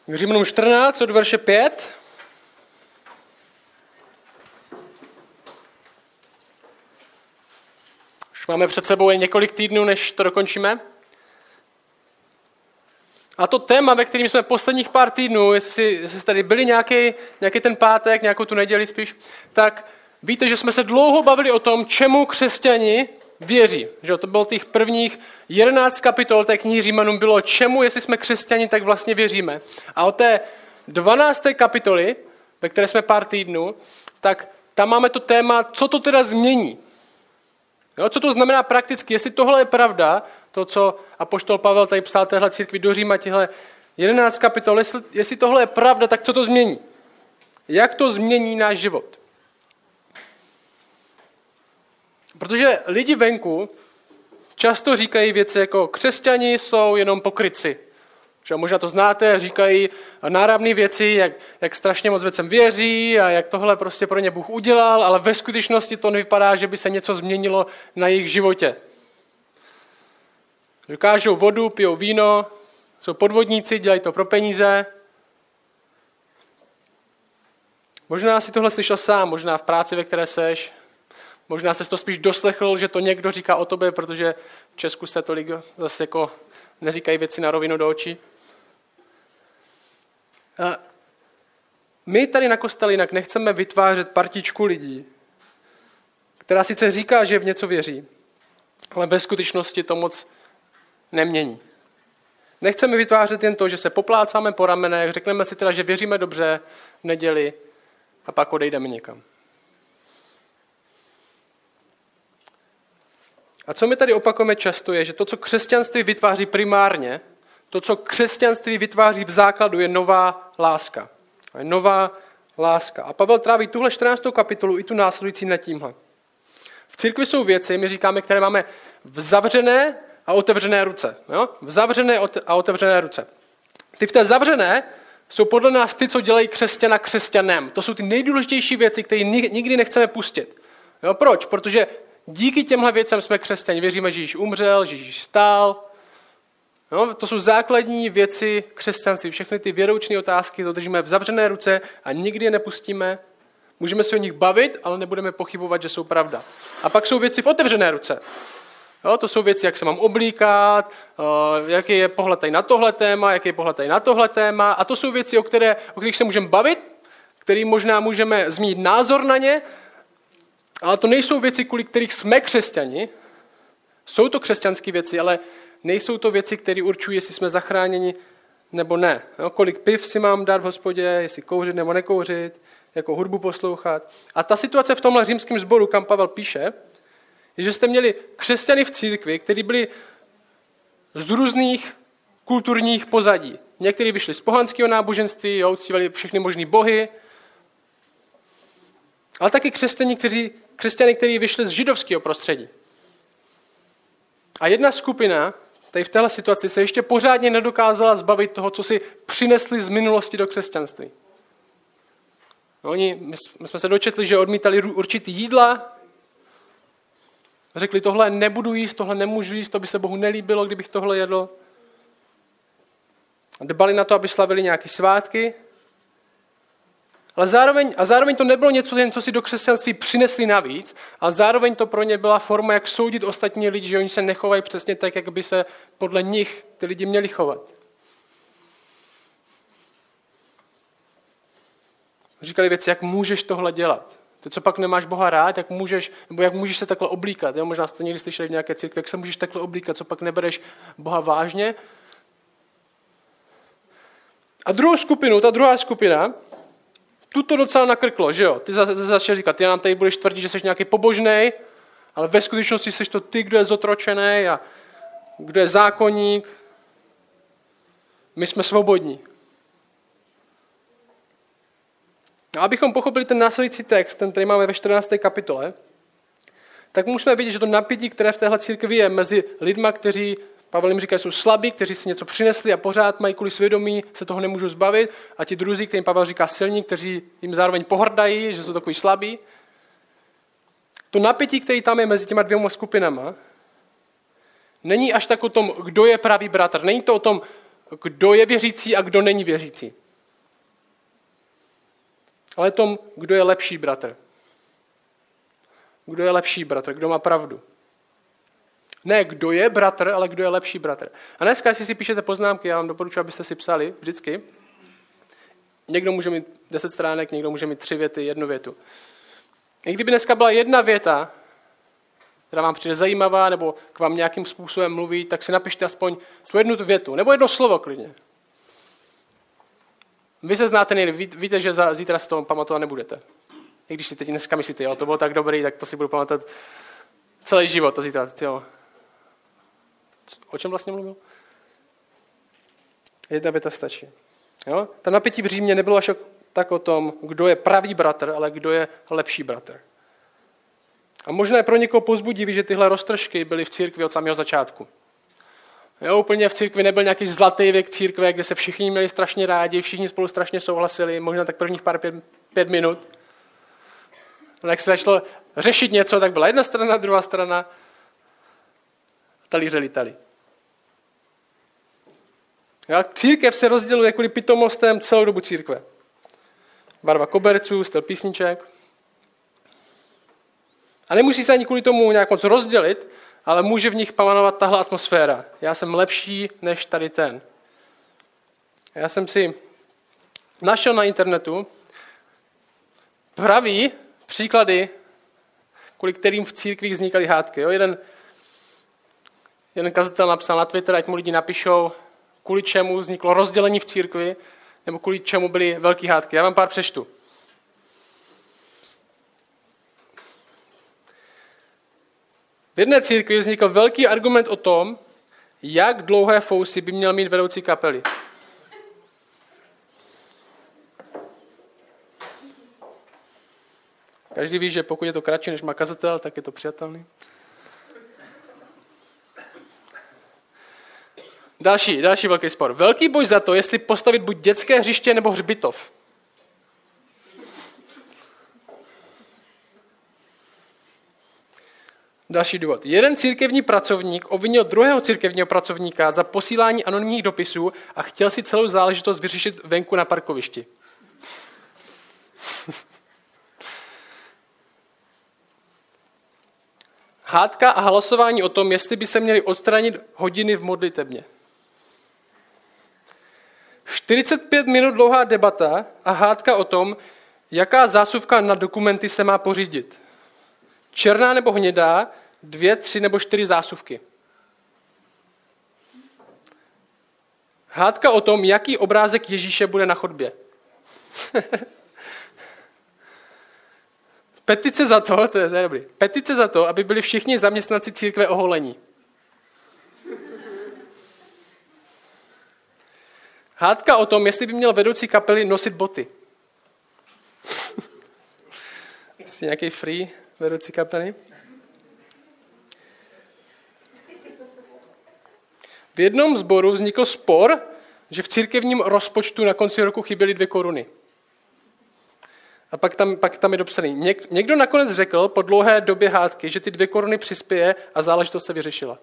Římanům 14 od verše 5. Už máme před sebou jen několik týdnů, než to dokončíme. A to téma, ve kterým jsme posledních pár týdnů, jestli tady byli nějaký ten pátek, nějakou tu neděli spíš, tak víte, že jsme se dlouho bavili o tom, čemu křesťani věří. Že to bylo těch prvních 11 kapitol té knihy Římanům bylo, čemu, jestli jsme křesťani, tak vlastně věříme. A od té 12. kapitoly, ve které jsme pár týdnů, tak tam máme to téma, co to teda změní. Jo, co to znamená prakticky, jestli tohle je pravda, to, co apoštol Pavel tady psal téhle církvi do Říma, těhle 11 kapitol, jestli tohle je pravda, tak co to změní? Jak to změní náš život? Protože lidi venku často říkají věci jako křesťani jsou jenom pokrytci. Že možná to znáte, říkají náramné věci, jak strašně moc věcem věří a jak tohle prostě pro ně Bůh udělal, ale ve skutečnosti to nevypadá, že by se něco změnilo na jejich životě. Dokážou vodu, pijou víno, jsou podvodníci, dělají to pro peníze. Možná si tohle slyšel sám, možná v práci, ve které seš. Možná ses to spíš doslechl, že to někdo říká o tobě, protože v Česku se tolik zase jako neříkají věci na rovinu do očí. A my tady na Kostele jinak nechceme vytvářet partičku lidí, která sice říká, že v něco věří, ale ve skutečnosti to moc nemění. Nechceme vytvářet jen to, že se poplácáme po ramenech, řekneme si teda, že věříme dobře v neděli a pak odejdeme někam. A co my tady opakujeme často je, že to, co křesťanství vytváří primárně, to, co křesťanství vytváří v základu, je nová láska. Je nová láska. A Pavel tráví tuhle 14. kapitolu i tu následující nad tímhle. V církvi jsou věci, my říkáme, které máme v zavřené a otevřené ruce. Jo? V zavřené a otevřené ruce. Ty v té zavřené jsou podle nás ty, co dělají křesťana křesťanem. To jsou ty nejdůležitější věci, které nikdy nechceme pustit. Jo? Proč? Protože díky těmhle věcem jsme křesťani. Věříme, že Ježíš umřel, že Ježíš stál. No, to jsou základní věci křesťanství. Všechny ty věroučné otázky to držíme v zavřené ruce a nikdy je nepustíme. Můžeme se o nich bavit, ale nebudeme pochybovat, že jsou pravda. A pak jsou věci v otevřené ruce. Jo, to jsou věci, jak se mám oblíkat, jaký je pohled tady na tohle téma, jaký je pohled tady na tohle téma. A to jsou věci, o kterých se můžeme bavit, který možná můžeme zmínit názor na ně, ale to nejsou věci, kvůli kterých jsme křesťani. Jsou to křesťanské věci, ale nejsou to věci, které určují, jestli jsme zachráněni nebo ne. Jo, kolik piv si mám dát v hospodě, jestli kouřit nebo nekouřit, jako hudbu poslouchat. A ta situace v tomhle římském sboru, kam Pavel píše, je, že jste měli křesťany v církvi, kteří byli z různých kulturních pozadí. Někteří vyšli z pohanského náboženství, uctívali všechny možný bohy, ale taky křesťany, kteří vyšli z židovského prostředí. A jedna skupina tady v téhle situaci se ještě pořádně nedokázala zbavit toho, co si přinesli z minulosti do křesťanství. My jsme se dočetli, že odmítali určitý jídla, řekli, tohle nebudu jíst, tohle nemůžu jíst, to by se Bohu nelíbilo, kdybych tohle jedl. Dbali na to, aby slavili nějaké svátky. Ale zároveň to nebylo něco, jen co si do křesťanství přinesli navíc, ale zároveň to pro ně byla forma, jak soudit ostatní lidi, že oni se nechovají přesně tak, jak by se podle nich ty lidi měli chovat. Říkali věci, jak můžeš tohle dělat. Ty, co pak nemáš Boha rád, jak můžeš se takhle oblíkat. Jo? Možná jste někdy slyšeli v nějaké církvi, jak se můžeš takhle oblíkat, co pak nebereš Boha vážně. A ta druhá skupina, tu to docela nakrklo, že jo? Ty začal říkat, ty nám tady budeš tvrdit, že jsi nějaký pobožnej, ale ve skutečnosti jsi to ty, kdo je zotročený a kdo je zákonník. My jsme svobodní. A abychom pochopili ten následující text, ten tady máme ve 14. kapitole, tak musíme vidět, že to napětí, které v téhle církvi je mezi lidma, kteří, Pavel jim říká, jsou slabí, kteří si něco přinesli a pořád mají kvůli svědomí, se toho nemůžou zbavit, a ti druzí, kterým Pavel říká silní, kteří jim zároveň pohrdají, že jsou takový slabí. To napětí, který tam je mezi těma dvěma skupinama, není až tak o tom, kdo je pravý bratr. Není to o tom, kdo je věřící a kdo není věřící. Ale tom, kdo je lepší bratr. Kdo je lepší bratr, kdo má pravdu. Ne kdo je bratr, ale kdo je lepší bratr. A dneska, jestli si píšete poznámky, já vám doporučuji, abyste si psali vždycky. Někdo může mít 10 stránek, někdo může mít 3 věty, 1 větu. I kdyby dneska byla 1 věta, která vám přijde zajímavá, nebo k vám nějakým způsobem mluví, tak si napište aspoň tu 1 větu, nebo 1 slovo klidně. Vy se znáte nejlíp, víte, že zítra si to pamatovat nebudete. I když si teď dneska myslíte, jo, to bylo tak dobrý, tak to si budu pamatovat celý život, to zítra. Jo. O čem vlastně mluvil? 1 věta stačí. Jo? Ta napětí v Římě nebylo až tak o tom, kdo je pravý bratr, ale kdo je lepší bratr. A možná je pro někoho povzbudivý, že tyhle roztržky byly v církvi od samého začátku. Jo, úplně v církvi nebyl nějaký zlatý věk církve, kde se všichni měli strašně rádi, všichni spolu strašně souhlasili, možná tak prvních 5 minut. Ale jak se začalo řešit něco, tak byla jedna strana, druhá strana. Talíře lítali. Církev se rozděluje kvůli pitomostem celou dobu církve. Barva koberců, styl písniček. A nemusí se ani kvůli tomu nějak moc rozdělit, ale může v nich pamanovat tahle atmosféra. Já jsem lepší než tady ten. Já jsem si našel na internetu pravý příklady, kvůli kterým v církvích vznikaly hádky. Jo? Jeden kazatel napsal na Twitter, ať mu lidi napíšou, kvůli čemu vzniklo rozdělení v církvi, nebo kvůli čemu byly velké hádky. Já vám pár přečtu. V jedné církvi vznikl velký argument o tom, jak dlouhé fousy by měl mít vedoucí kapely. Každý ví, že pokud je to kratší než má kazatel, tak je to přijatelný. Další velký spor. Velký boj za to, jestli postavit buď dětské hřiště nebo hřbitov. Další důvod. Jeden církevní pracovník obvinil druhého církevního pracovníka za posílání anonymních dopisů a chtěl si celou záležitost vyřešit venku na parkovišti. Hádka a hlasování o tom, jestli by se měly odstranit hodiny v modlitebně. 45 minut dlouhá debata a hádka o tom, jaká zásuvka na dokumenty se má pořídit. Černá nebo hnědá, 2, 3 nebo 4 zásuvky. Hádka o tom, jaký obrázek Ježíše bude na chodbě. Petice za to, to je dobrý. Petice za to, aby byli všichni zaměstnanci církve oholení. Hádka o tom, jestli by měl vedoucí kapely nosit boty. Jsi nějaký free vedoucí kapely? V jednom sboru vznikl spor, že v církevním rozpočtu na konci roku chyběly 2 koruny. A pak tam je dopsaný. Někdo nakonec řekl po dlouhé době hádky, že ty 2 koruny přispěje a záležitost se vyřešila.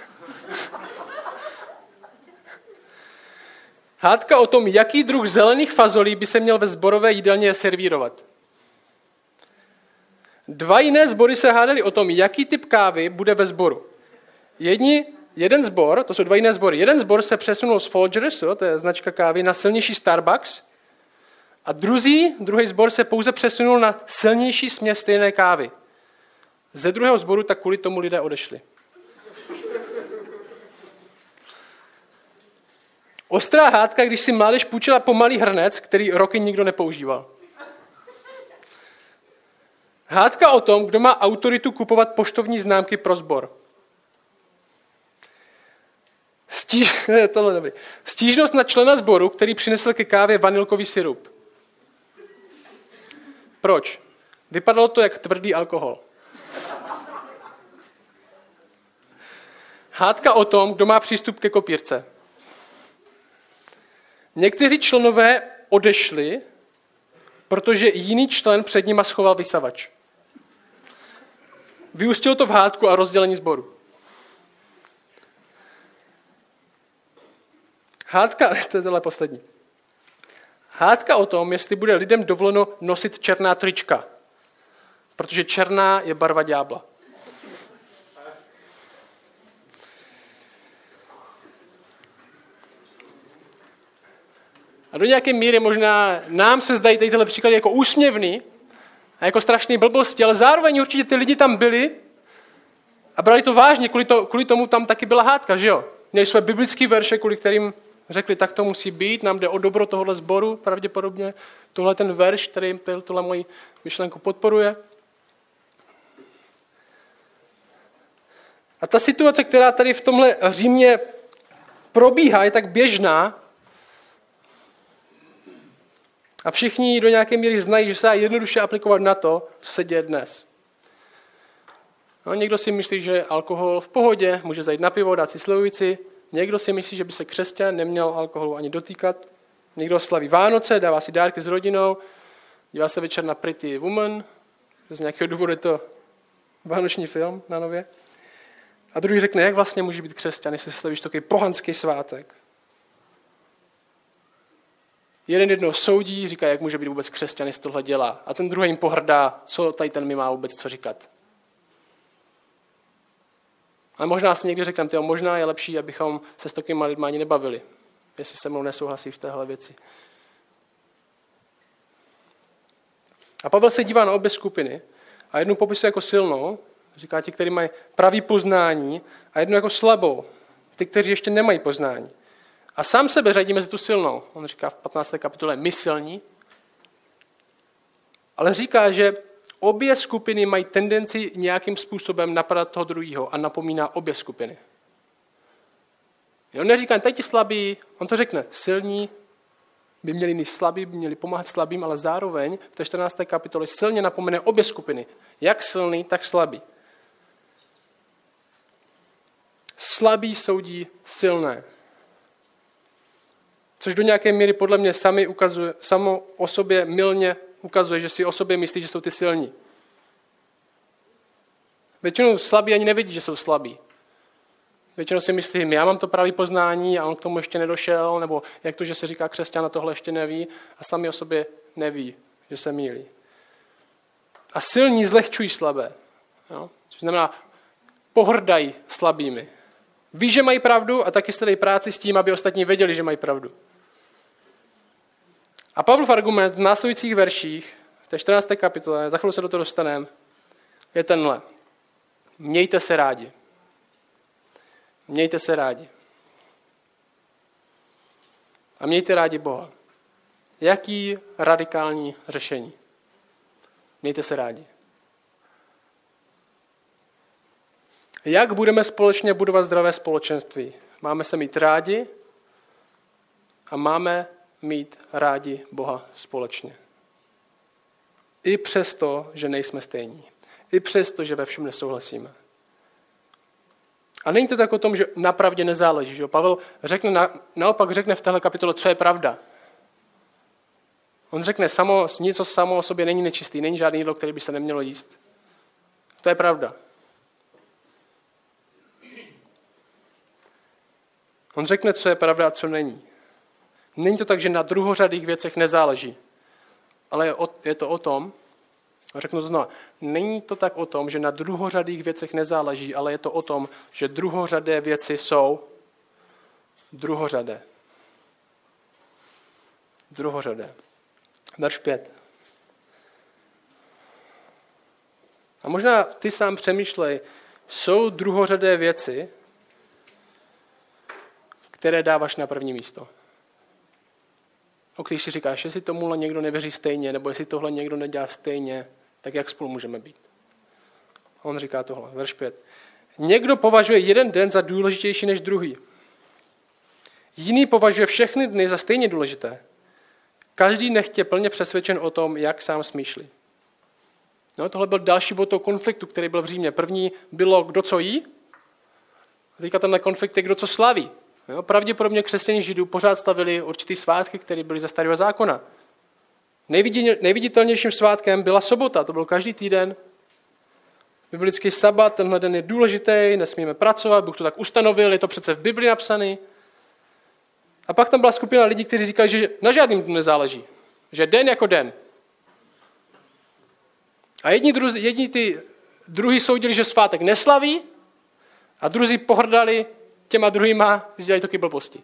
Hádka o tom, jaký druh zelených fazolí by se měl ve sborové jídelně servírovat. 2 jiné sbory se hádali o tom, jaký typ kávy bude ve sboru. Jeden sbor, to jsou 2 jiné sbory, jeden sbor se přesunul z Folgers, to je značka kávy, na silnější Starbucks a druhý sbor se pouze přesunul na silnější směs stejné kávy. Ze druhého sboru tak kvůli tomu lidé odešli. Ostrá hádka, když si mládež půjčila pomalý hrnec, který roky nikdo nepoužíval. Hádka o tom, kdo má autoritu kupovat poštovní známky pro sbor. Stížnost na člena sboru, který přinesl ke kávě vanilkový sirup. Proč? Vypadalo to jak tvrdý alkohol. Hádka o tom, kdo má přístup ke kopírce. Někteří členové odešli, protože jiný člen před nima schoval vysavač. Vyústilo to v hádku a rozdělení sboru. Hádka, to je tohle poslední. Hádka o tom, jestli bude lidem dovoleno nosit černá trička. Protože černá je barva ďábla. A do nějaké míry možná nám se zdají tyhle příklady jako úsměvný a jako strašný blbosti, ale zároveň určitě ty lidi tam byli a brali to vážně, kvůli tomu tam taky byla hádka, že jo? Měli své biblické verše, kvůli kterým řekli, tak to musí být, nám jde o dobro tohohle sboru, pravděpodobně. Tohle ten verš, který tohle moji myšlenku podporuje. A ta situace, která tady v tomhle Římě probíhá, je tak běžná a všichni do nějaké míry znají, že se dá jednoduše aplikovat na to, co se děje dnes. No, někdo si myslí, že alkohol v pohodě, může zajít na pivo, dát si slivovici. Někdo si myslí, že by se křesťan neměl alkoholu ani dotýkat. Někdo slaví Vánoce, dává si dárky s rodinou, dívá se večer na Pretty Woman, z nějakého důvodu je to vánoční film na Nově. A druhý řekne, jak vlastně může být křesťan, jestli slavíš takový pohanský svátek. Jeden jednoho soudí, říká, jak může být vůbec křesťan, jestli tohle dělá. A ten druhý jim pohrdá, co tady ten mi má vůbec co říkat. Ale možná si někdy řekneme, možná je lepší, abychom se s takovými lidmi ani nebavili, jestli se mnou nesouhlasí v téhle věci. A Pavel se dívá na obě skupiny a jednu popisuje jako silnou, říká ti, kteří mají pravý poznání, a jednu jako slabou, ty, kteří ještě nemají poznání. A sám sebe řadí mezi tu silnou. On říká v 15. kapitole my silní, ale říká, že obě skupiny mají tendenci nějakým způsobem napadat toho druhého a napomíná obě skupiny. On neříká, tady ti slabí, on to řekne, silní by měli být slabí, by měli pomáhat slabým, ale zároveň v té 14. kapitole silně napomene obě skupiny. Jak silný, tak slabý. Slabí soudí silné. Což do nějaké míry podle mě samo o sobě mylně ukazuje, že si o sobě myslí, že jsou ty silní. Většinou slabí ani nevidí, že jsou slabí. Většinou si myslí, já mám to pravý poznání a on k tomu ještě nedošel, nebo jak to, že se říká křesťan a tohle ještě neví a sami o sobě neví, že se mýlí. A silní zlehčují slabé. Jo? Což znamená, pohrdají slabými. Ví, že mají pravdu a taky se dají práci s tím, aby ostatní věděli, že mají pravdu. A Pavlov argument v následujících verších, v té 14. kapitole, za chvíli se do toho dostaneme, je tenhle. Mějte se rádi. Mějte se rádi. A mějte rádi Boha. Jaký radikální řešení? Mějte se rádi. Jak budeme společně budovat zdravé společenství? Máme se mít rádi a máme mít rádi Boha společně. I přesto, že nejsme stejní. I přesto, že ve všem nesouhlasíme. A není to tak o tom, že na pravdě nezáleží. Že? Pavel naopak řekne v téhle kapitole, co je pravda. On řekne, něco samo o sobě není nečistý, není žádný jídlo, který by se nemělo jíst. To je pravda. On řekne, co je pravda a co není. Není to tak, že na druhořadých věcech nezáleží. Ale je to o tom, a řeknu to znovu, není to tak o tom, že na druhořadých věcech nezáleží, ale je to o tom, že druhořadé věci jsou druhořadé. Druhořadé. Verš 5. A možná ty sám přemýšlej, jsou druhořadé věci, které dáváš na první místo. O kterých si říkáš, jestli tomuhle někdo nevěří stejně, nebo jestli tohle někdo nedělá stejně, tak jak spolu můžeme být? On říká tohle, verš 5. Někdo považuje jeden den za důležitější než druhý. Jiný považuje všechny dny za stejně důležité. Každý nechť je plně přesvědčen o tom, jak sám smýšlí. No, tohle byl další bod toho konfliktu, který byl v Římě. První bylo, kdo co jí. A teďka tenhle konflikt je, kdo co slaví. Jo, pravděpodobně křesťané Židů pořád slavili určitý svátky, které byly ze Starého zákona. Nejviditelnějším svátkem byla sobota, to byl každý týden. Biblický sabat, tenhle den je důležitý, nesmíme pracovat, Bůh to tak ustanovil, je to přece v Bibli napsaný. A pak tam byla skupina lidí, kteří říkali, že na žádným dnu nezáleží. Že den jako den. A jedni ty druhý soudili, že svátek neslaví a druzí pohrdali těma druhýma, že dělají taky blbosti.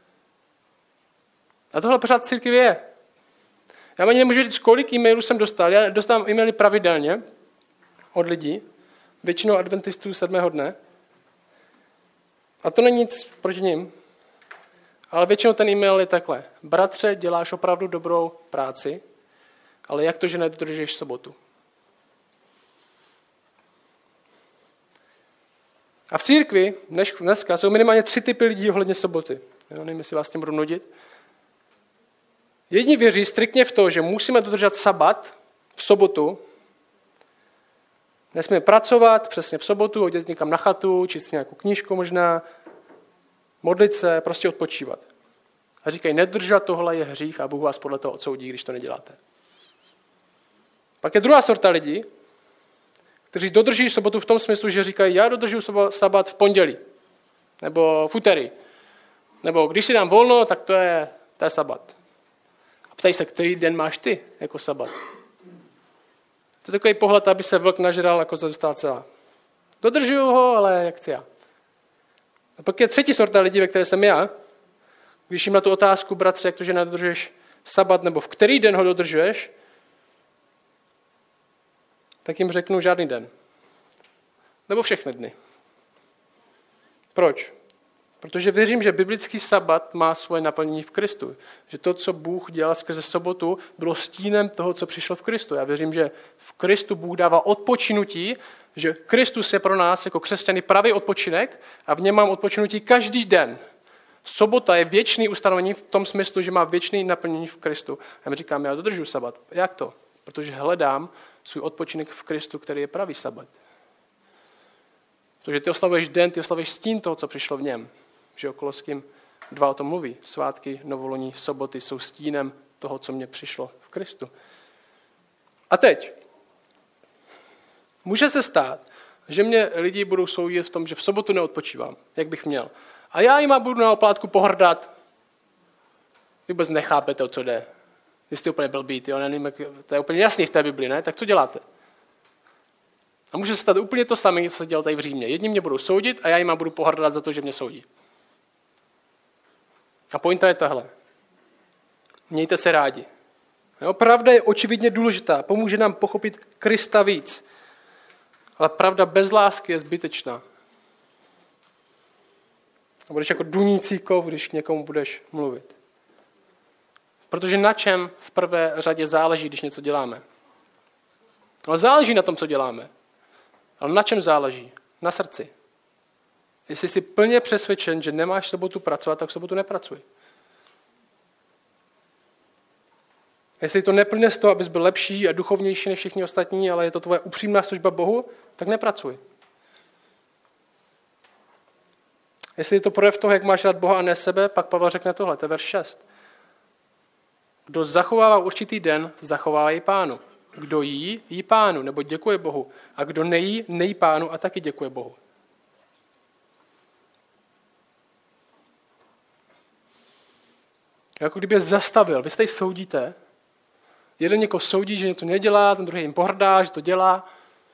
A tohle pořád v církvi je. Já ani nemůžu říct, kolik e-mailů jsem dostal. Já dostávám e-maily pravidelně od lidí, většinou adventistů 7. dne. A to není nic proti nim. Ale většinou ten e-mail je takhle. Bratře, děláš opravdu dobrou práci, ale jak to, že nedodržuješ sobotu? A v církvi dneska jsou minimálně 3 typy lidí ohledně soboty. Jo, nevím, jestli vás tím budu nudit. Jedni věří striktně v to, že musíme dodržet sabat v sobotu. Nesmíme pracovat přesně v sobotu, odjet někam na chatu, číst nějakou knížku možná, modlit se, prostě odpočívat. A říkají, nedržet tohle je hřích a Bůh vás podle toho odsoudí, když to neděláte. Pak je druhá sorta lidí, kteří dodrží sobotu v tom smyslu, že říkají, já dodržuji sabat v pondělí, nebo v úterý, nebo když si dám volno, tak to je sabat. A ptají se, který den máš ty jako sabat. To je takový pohled, aby se vlk nažral, jako zůstal celá. Dodržuju ho, ale jak chci já. A pak je třetí sorta lidí, ve které jsem já. Když jim na tu otázku, bratře, jak to, že nedodržuješ sabat, nebo v který den ho dodržuješ, tak jim řeknu žádný den. Nebo všechny dny. Proč? Protože věřím, že biblický sabat má svoje naplnění v Kristu. Že to, co Bůh dělal skrze sobotu, bylo stínem toho, co přišlo v Kristu. Já věřím, že v Kristu Bůh dává odpočinutí, že Kristus je pro nás jako křesťany pravý odpočinek a v něm mám odpočinutí každý den. Sobota je věčný ustanovení v tom smyslu, že má věčný naplnění v Kristu. Já mi říkám, já dodržuji sabat. Jak to? Protože hledám svůj odpočinek v Kristu, který je pravý sabat. Protože ty oslavuješ den, ty oslavuješ stín toho, co přišlo v něm. Že Koloským 2 o tom mluví. Svátky, novoluní, soboty jsou stínem toho, co mě přišlo v Kristu. A teď. Může se stát, že mě lidi budou soudit v tom, že v sobotu neodpočívám, jak bych měl. A já jim budu na oplátku pohrdat. Vy vůbec nechápete, o co jde. Vy jste úplně blbý, jo? Nevím, to je úplně jasný v té Bibli, ne? Tak co děláte? A může se stát úplně to samé, co se dělá tady v Římě. Jedni mě budou soudit a já jim budu pohrdat za to, že mě soudí. A pointa je tahle. Mějte se rádi. Jo? Pravda je očividně důležitá, pomůže nám pochopit Krista víc. Ale pravda bez lásky je zbytečná. A budeš jako dunící kov, když k někomu budeš mluvit. Protože na čem v prvé řadě záleží, když něco děláme? Ale záleží na tom, co děláme. Ale na čem záleží? Na srdci. Jestli jsi plně přesvědčen, že nemáš sobotu pracovat, tak sobotu nepracuj. Jestli to neplně z toho, abys byl lepší a duchovnější než všichni ostatní, ale je to tvoje upřímná služba Bohu, tak nepracuj. Jestli je to projev toho, jak máš rád Boha a ne sebe, pak Pavel řekne tohle, to je verš 6. Kdo zachovává určitý den, zachovává i Pánu. Kdo jí, jí Pánu, nebo děkuje Bohu. A kdo nejí, nejí Pánu a taky děkuje Bohu. Jako kdyby je zastavil. Vy se tady soudíte. Jeden někoho soudí, že něco nedělá, ten druhý jim pohrdá, že to dělá.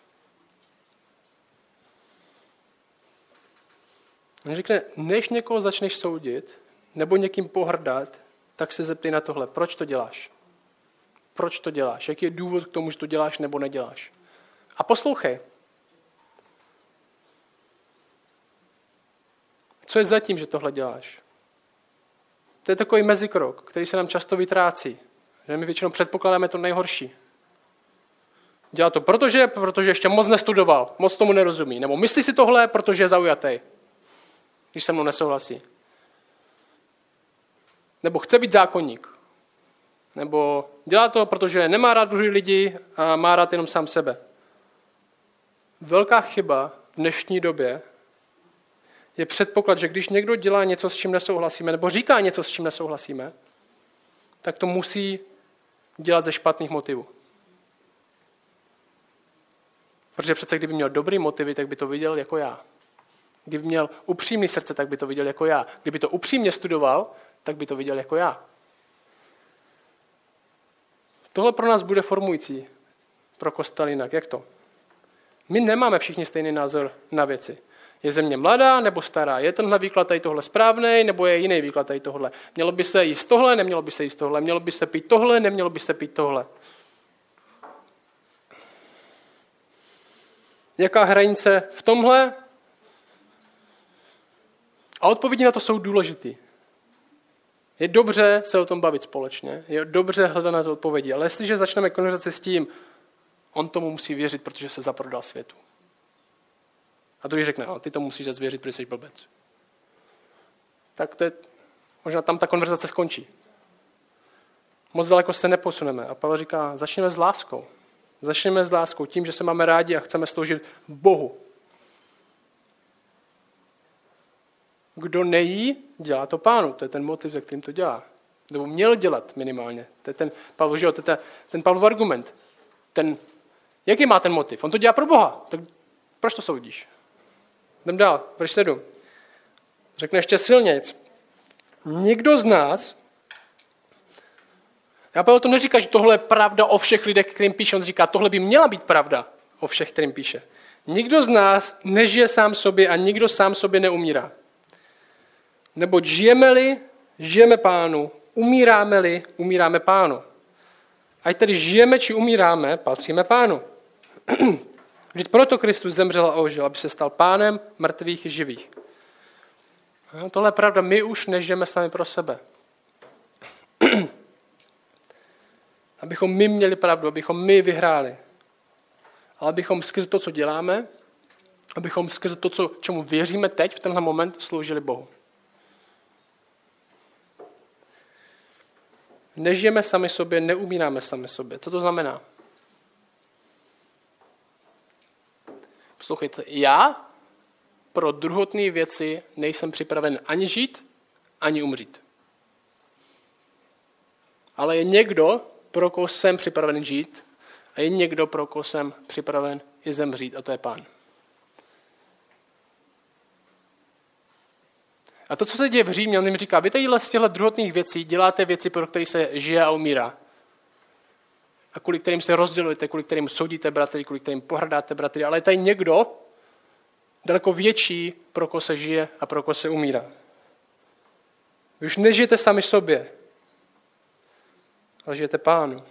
On řekne, než někoho začneš soudit, nebo někým pohrdat, tak se zeptej na tohle. Proč to děláš? Proč to děláš? Jaký je důvod k tomu, že to děláš nebo neděláš? A poslouchej. Co je zatím, že tohle děláš? To je takový mezikrok, který se nám často vytrácí. Že my většinou předpokládáme to nejhorší. Dělá to protože ještě moc nestudoval, moc tomu nerozumí. Nebo myslí si tohle, protože je zaujatý, když se mnou nesouhlasí. Nebo chce být zákonník. Nebo dělá to, protože nemá rád druhý lidi a má rád jenom sám sebe. Velká chyba v dnešní době je předpoklad, že když někdo dělá něco, s čím nesouhlasíme, nebo říká něco, s čím nesouhlasíme, tak to musí dělat ze špatných motivů. Protože přece kdyby měl dobrý motivy, tak by to viděl jako já. Kdyby měl upřímný srdce, tak by to viděl jako já. Kdyby to upřímně studoval, tak by to viděl jako já. Tohle pro nás bude formující pro kostel jinak. Jak to? My nemáme všichni stejný názor na věci. Je země mladá nebo stará? Je tenhle výklad tady tohle správný, nebo je jiný výklad tady tohle? Mělo by se jíst tohle, nemělo by se jíst tohle? Mělo by se pít tohle, nemělo by se pít tohle? Jaká hranice v tomhle? A odpovědi na to jsou důležitý. Je dobře se o tom bavit společně, je dobře hledat na to odpovědi, ale jestliže začneme konverzaci s tím, on tomu musí věřit, protože se zaprodal světu. A druhý řekne, ty tomu musíš zvěřit, protože jsi blbec. Tak to je, možná tam ta konverzace skončí. Moc daleko se neposuneme. A Pavel říká, začněme s láskou. Začněme s láskou, tím, že se máme rádi a chceme sloužit Bohu. Kdo nejí, dělá to Pánu. To je ten motiv, za kterým to dělá. Nebo měl dělat minimálně. To je ten Pavlov, že jo? To je ten Pavlov argument. Jaký má ten motiv? On to dělá pro Boha. Tak proč to soudíš? Jdem dál, verš 7. Řekne ještě silnějc. Nikdo z nás, já Pavel to neříká, že tohle je pravda o všech lidech, kterým píše. On říká, tohle by měla být pravda o všech, kterým píše. Nikdo z nás nežije sám sobě a nikdo sám sobě neumírá. Neboť žijeme-li, žijeme Pánu, umíráme-li, umíráme Pánu. Ať tedy žijeme či umíráme, patříme Pánu. Vždyť proto Kristus zemřel a ožil, aby se stal Pánem mrtvých i živých. No, tohle je pravda, my už nežijeme sami pro sebe. Abychom my měli pravdu, abychom my vyhráli. Ale abychom skrze to, co děláme, abychom skrze to, čemu věříme teď, v tenhle moment, sloužili Bohu. Nežijeme sami sobě, neumíráme sami sobě. Co to znamená? Poslouchejte, já pro druhotné věci nejsem připraven ani žít, ani umřít. Ale je někdo, pro koho jsem připraven žít, a je někdo, pro koho jsem připraven i zemřít, a to je Pán. A to, co se děje v Římě, on jim říká, vy tadyhle z těchto druhotných věcí děláte věci, pro které se žije a umírá. A kvůli kterým se rozdělujete, kvůli kterým soudíte bratry, kvůli kterým pohrdáte bratry, ale je tady někdo daleko větší, pro koho se žije a pro koho se umírá. Vy už nežijete sami sobě, ale žijete Pánu.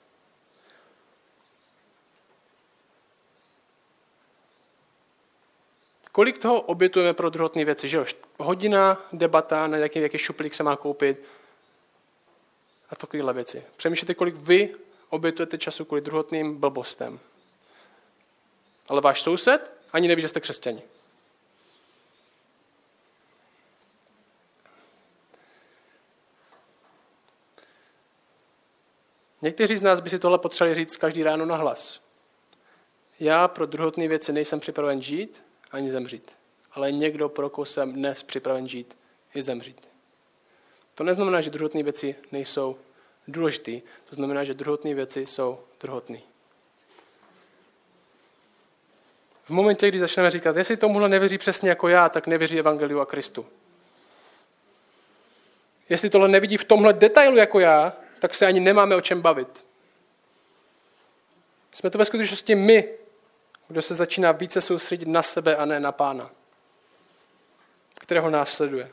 Kolik toho obětujeme pro druhotné věci? Že jo? Hodina, debata, na jaký šuplík se má koupit a takovéhle věci. Přemýšlejte, kolik vy obětujete času kvůli druhotným blbostem. Ale váš soused ani neví, že jste křesťani. Někteří z nás by si tohle potřebovali říct každý ráno na hlas. Já pro druhotné věci nejsem připraven žít ani zemřít. Ale někdo, pro koho jsem dnes připraven žít i zemřít. To neznamená, že druhotné věci nejsou důležité. To znamená, že druhotné věci jsou druhotné. V momentě, kdy začneme říkat, jestli tomuhle nevěří přesně jako já, tak nevěří evangeliu a Kristu. Jestli tohle nevidí v tomhle detailu jako já, tak se ani nemáme o čem bavit. Jsme to ve skutečnosti my, kdo se začíná více soustředit na sebe a ne na Pána, kterého následuje.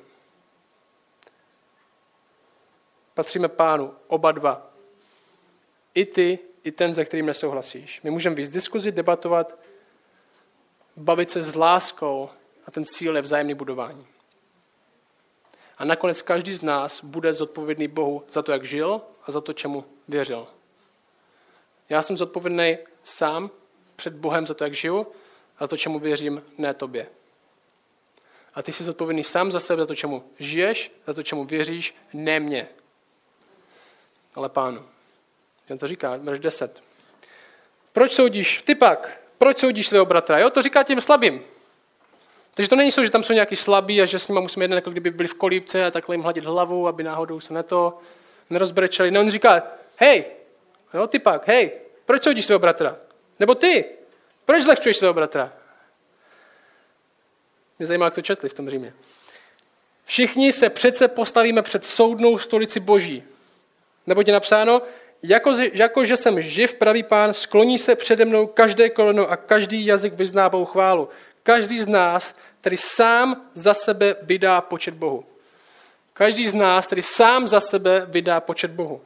Patříme Pánu, oba dva. I ty, i ten, se kterým nesouhlasíš. My můžeme víc diskuzi, debatovat, bavit se s láskou a ten cíl je vzájemné budování. A nakonec každý z nás bude zodpovědný Bohu za to, jak žil a za to, čemu věřil. Já jsem zodpovědný sám před Bohem za to, jak žiju a za to, čemu věřím, ne tobě. A ty jsi zodpovědný sám za sebe za to, čemu žiješ, za to, čemu věříš, ne mě. Ale Pánu. Jen to říká, verš 10. Proč soudíš? Ty pak, proč soudíš svého bratra? Jo, to říká těm slabým. Takže to není so, že tam jsou nějaký slabí a že s nimi musíme jednat, jako kdyby byli v kolípce a takhle jim hladit hlavu, aby náhodou se nerozbrečeli. No, on říká, hej, jo, ty pak, hej, proč soudíš svého bratra? Nebo ty, proč zlehčuješ svého bratra? Mě zajímá, jak to četli v tom Římě. Všichni se přece postavíme před soudnou stolici Boží. Neboť je napsáno, jakože jsem živ, pravý Pán, skloní se přede mnou každé koleno a každý jazyk vyzná Bohu chválu. Každý z nás, který sám za sebe vydá počet Bohu. Každý z nás, který sám za sebe vydá počet Bohu.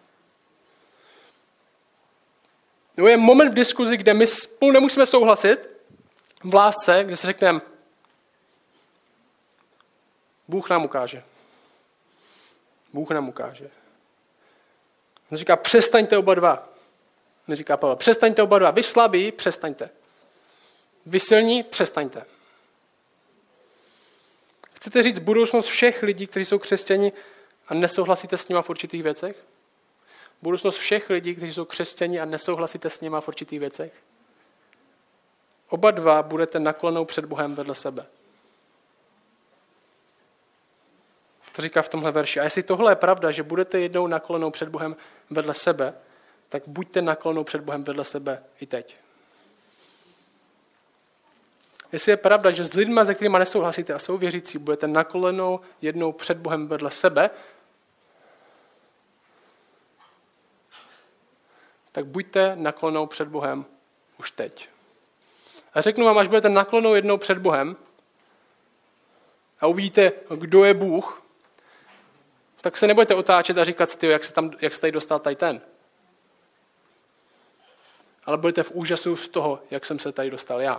No je moment v diskuzi, kde my spolu nemusíme souhlasit v lásce, kde si řekneme, Bůh nám ukáže. Bůh nám ukáže. On říká, přestaňte oba dva. On říká Pavel, přestaňte oba dva. Vy slabí, přestaňte. Vy silní, přestaňte. Chcete říct budoucnost všech lidí, kteří jsou křesťani a nesouhlasíte s nima v určitých věcech? Budoucnost všech lidí, kteří jsou křesťani a nesouhlasíte s nima v určitých věcech? Oba dva budete naklonou před Bohem vedle sebe. To říká v tomhle verši. A jestli tohle je pravda, že budete jednou naklonou před Bohem vedle sebe, tak buďte naklonou před Bohem vedle sebe i teď. Jestli je pravda, že s lidma, se kterými nesouhlasíte a jsou věřící, budete naklonou jednou před Bohem vedle sebe, tak buďte naklonou před Bohem už teď. A řeknu vám, až budete naklonou jednou před Bohem a uvidíte, kdo je Bůh, tak se nebudete otáčet a říkat si, jak se tady dostal tady ten. Ale budete v úžasu z toho, jak jsem se tady dostal já.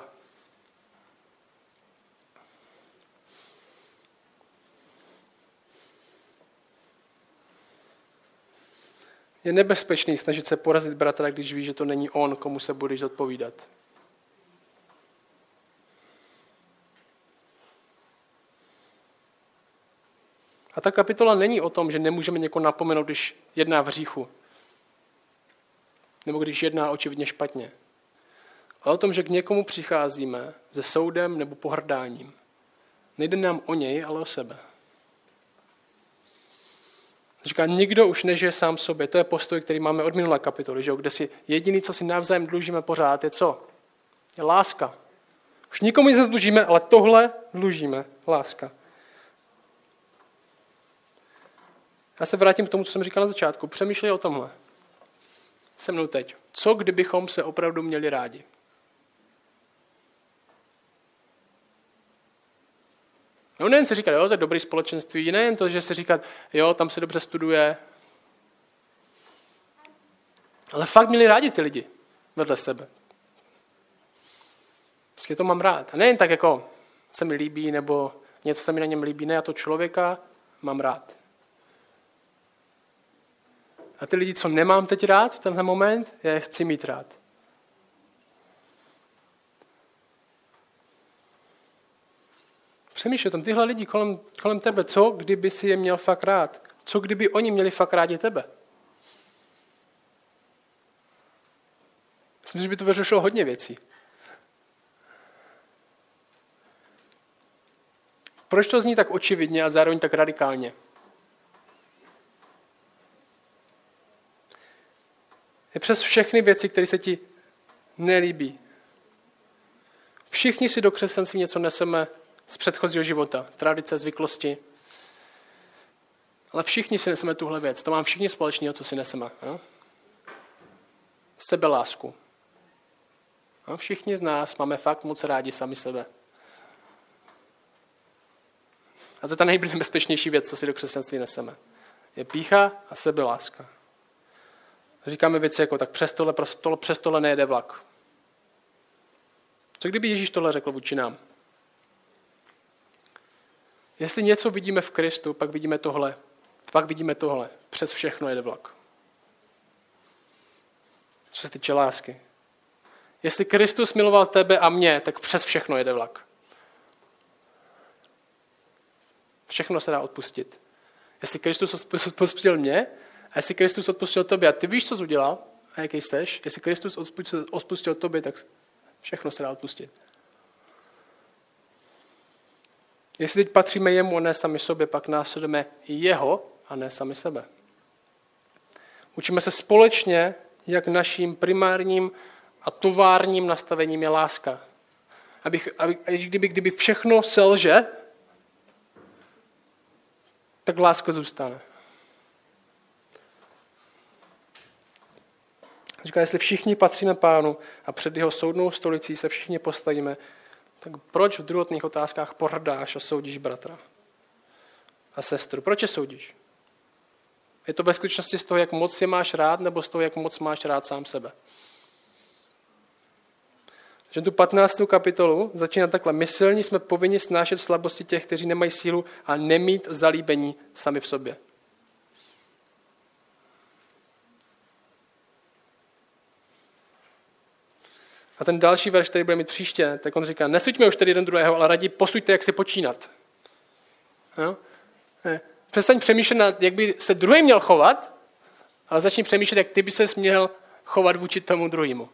Je nebezpečný snažit se porazit bratra, když ví, že to není on, komu se budeš zodpovídat. A ta kapitola není o tom, že nemůžeme někoho napomenout, když jedná v hříchu. Nebo když jedná očividně špatně. Ale o tom, že k někomu přicházíme se soudem nebo pohrdáním. Nejde nám o něj, ale o sebe. Říká, nikdo už nežije sám sobě. To je postoj, který máme od minulé kapitoly, že? Kde si jediný, co si navzájem dlužíme pořád, je co? Je láska. Už nikomu nic nedlužíme, ale tohle dlužíme. Láska. Já se vrátím k tomu, co jsem říkal na začátku. Přemýšlej o tomhle. Se mnou teď. Co kdybychom se opravdu měli rádi? No nejen si říkat, jo, to je dobrý společenství, nejen to, že si říkat, jo, tam se dobře studuje, ale fakt měli rádi ty lidi vedle sebe. Vždycky to mám rád. A nejen tak, jako se mi líbí, nebo něco se mi na něm líbí, ne, já to člověka mám rád. A ty lidi, co nemám teď rád v tenhle moment, já je chci mít rád. Přemýšlej o tom, tyhle lidi kolem tebe, co kdyby si je měl fakt rád? Co kdyby oni měli fakt rádi tebe? Myslím, že by to vyřešilo hodně věcí. Proč to zní tak očividně a zároveň tak radikálně? Je přes všechny věci, které se ti nelíbí. Všichni si do křesťanství něco neseme z předchozího života, tradice, zvyklosti. Ale všichni si neseme tuhle věc. To mám všichni společného, co si neseme. Jo? Sebelásku. No, všichni z nás máme fakt moc rádi sami sebe. A to je ta nejbezpečnější věc, co si do křesťanství neseme. Je pýcha a sebeláska. Říkáme věci jako, tak přes tohle nejede vlak. Co kdyby Ježíš tohle řekl vůči nám? Jestli něco vidíme v Kristu, pak vidíme tohle. Přes všechno jede vlak. Co se týče lásky. Jestli Kristus miloval tebe a mě, tak přes všechno jede vlak. Všechno se dá odpustit. Jestli Kristus odpustil mě, a jestli Kristus odpustil tobě a ty víš, co jsi udělal a jaký seš, jestli Kristus odpustil tobě, tak všechno se dá odpustit. Jestli teď patříme jemu a ne sami sobě, pak následujeme jeho a ne sami sebe. Učíme se společně, jak naším primárním a továrním nastavením je láska. Kdyby všechno selže, tak láska zůstane. Říká, jestli všichni patříme Pánu a před jeho soudnou stolicí se všichni postavíme, tak proč v druhotných otázkách pohrdáš a soudíš bratra a sestru? Proč je soudíš? Je to ve skutečnosti z toho, jak moc je máš rád, nebo z toho, jak moc máš rád sám sebe? Že tu 15. kapitolu začíná takhle. My silní jsme povinni snášet slabosti těch, kteří nemají sílu a nemít zalíbení sami v sobě. A ten další verš, který bude mít příště, tak on říká, nesuďme už tedy jeden druhého, ale raději posuďte, jak si počínat. Jo? Přestaň přemýšlet, jak by se druhý měl chovat, ale začni přemýšlet, jak ty by ses měl chovat vůči tomu druhému.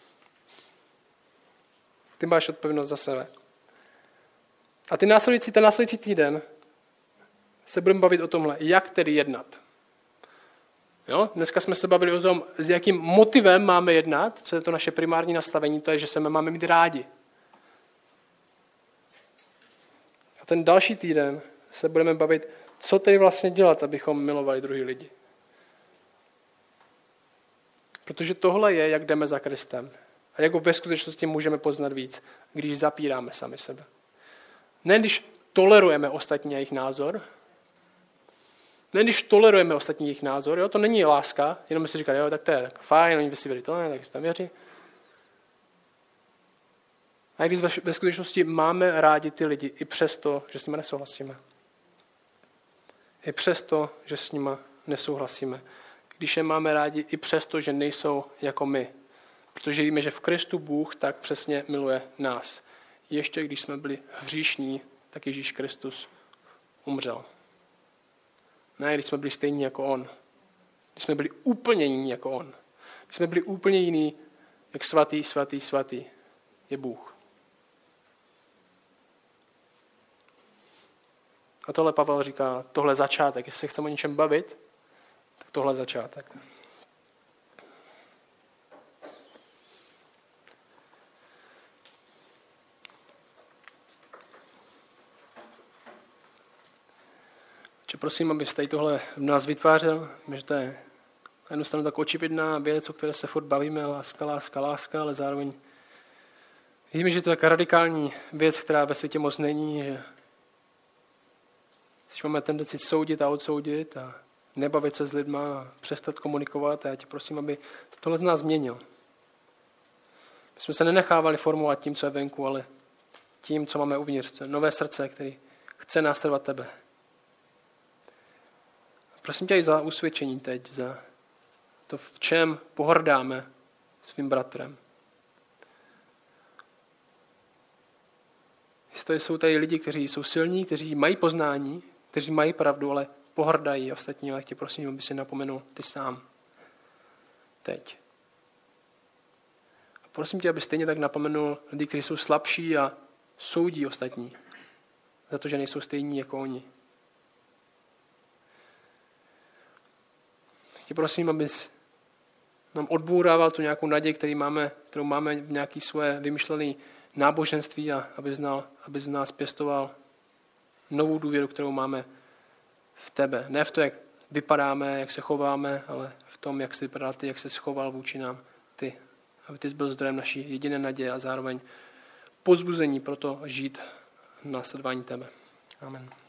Ty máš odpovědnost za sebe. A ten následující týden se budeme bavit o tomhle, jak tedy jednat. Jo? Dneska jsme se bavili o tom, s jakým motivem máme jednat, co je to naše primární nastavení, to je, že se máme mít rádi. A ten další týden se budeme bavit, co tedy vlastně dělat, abychom milovali druhý lidi. Protože tohle je, jak jdeme za Kristem. A jak ho ve skutečnosti můžeme poznat víc, když zapíráme sami sebe. Ne když tolerujeme ostatní a jejich názor, jo, to není láska, jenom si říkat, jo, tak to je tak fajn, oni si věří to, ne, tak si tam věří. A když ve skutečnosti máme rádi ty lidi, i přesto, že s nimi nesouhlasíme. I přesto, že s nimi nesouhlasíme. Když je máme rádi, i přesto, že nejsou jako my. Protože víme, že v Kristu Bůh tak přesně miluje nás. Ještě když jsme byli hříšní, tak Ježíš Kristus umřel. Ne, když jsme byli stejní jako on. Když jsme byli úplně jiní jako on. Když jsme byli úplně jiní, jak svatý je Bůh. A tohle Pavel říká, tohle začátek. Jestli se chceme o něčem bavit, tak tohle začátek. Prosím, abyste tohle v nás vytvářel, že to je na jednu stranu tak očividná věc, o které se furt bavíme, láska, ale zároveň víme, že to je tak radikální věc, která ve světě moc není, že když máme tendenci soudit a odsoudit a nebavit se s lidma a přestat komunikovat, a já tě prosím, aby tohle z nás změnil. My jsme se nenechávali formovat tím, co je venku, ale tím, co máme uvnitř. To je nové srdce, který chce následovat tebe. Prosím tě i za usvědčení teď, za to, v čem pohrdáme svým bratrem. Jestli jsou tady lidi, kteří jsou silní, kteří mají poznání, kteří mají pravdu, ale pohrdají ostatní, ale tě prosím, aby si napomenul ty sám. Teď. A prosím tě, aby stejně tak napomenul lidi, kteří jsou slabší a soudí ostatní za to, že nejsou stejní jako oni. Tě prosím, abys nám odbourával tu nějakou naději, kterou máme v nějaké svoje vymyšlené náboženství a aby z nás pěstoval novou důvěru, kterou máme v tebe. Ne v to, jak vypadáme, jak se chováme, ale v tom, jak jsi vypadal ty, jak jsi schoval vůči nám ty. Aby ty jsi byl zdrojem naší jediné naděje a zároveň pozbuzení pro to žít v následování tebe. Amen.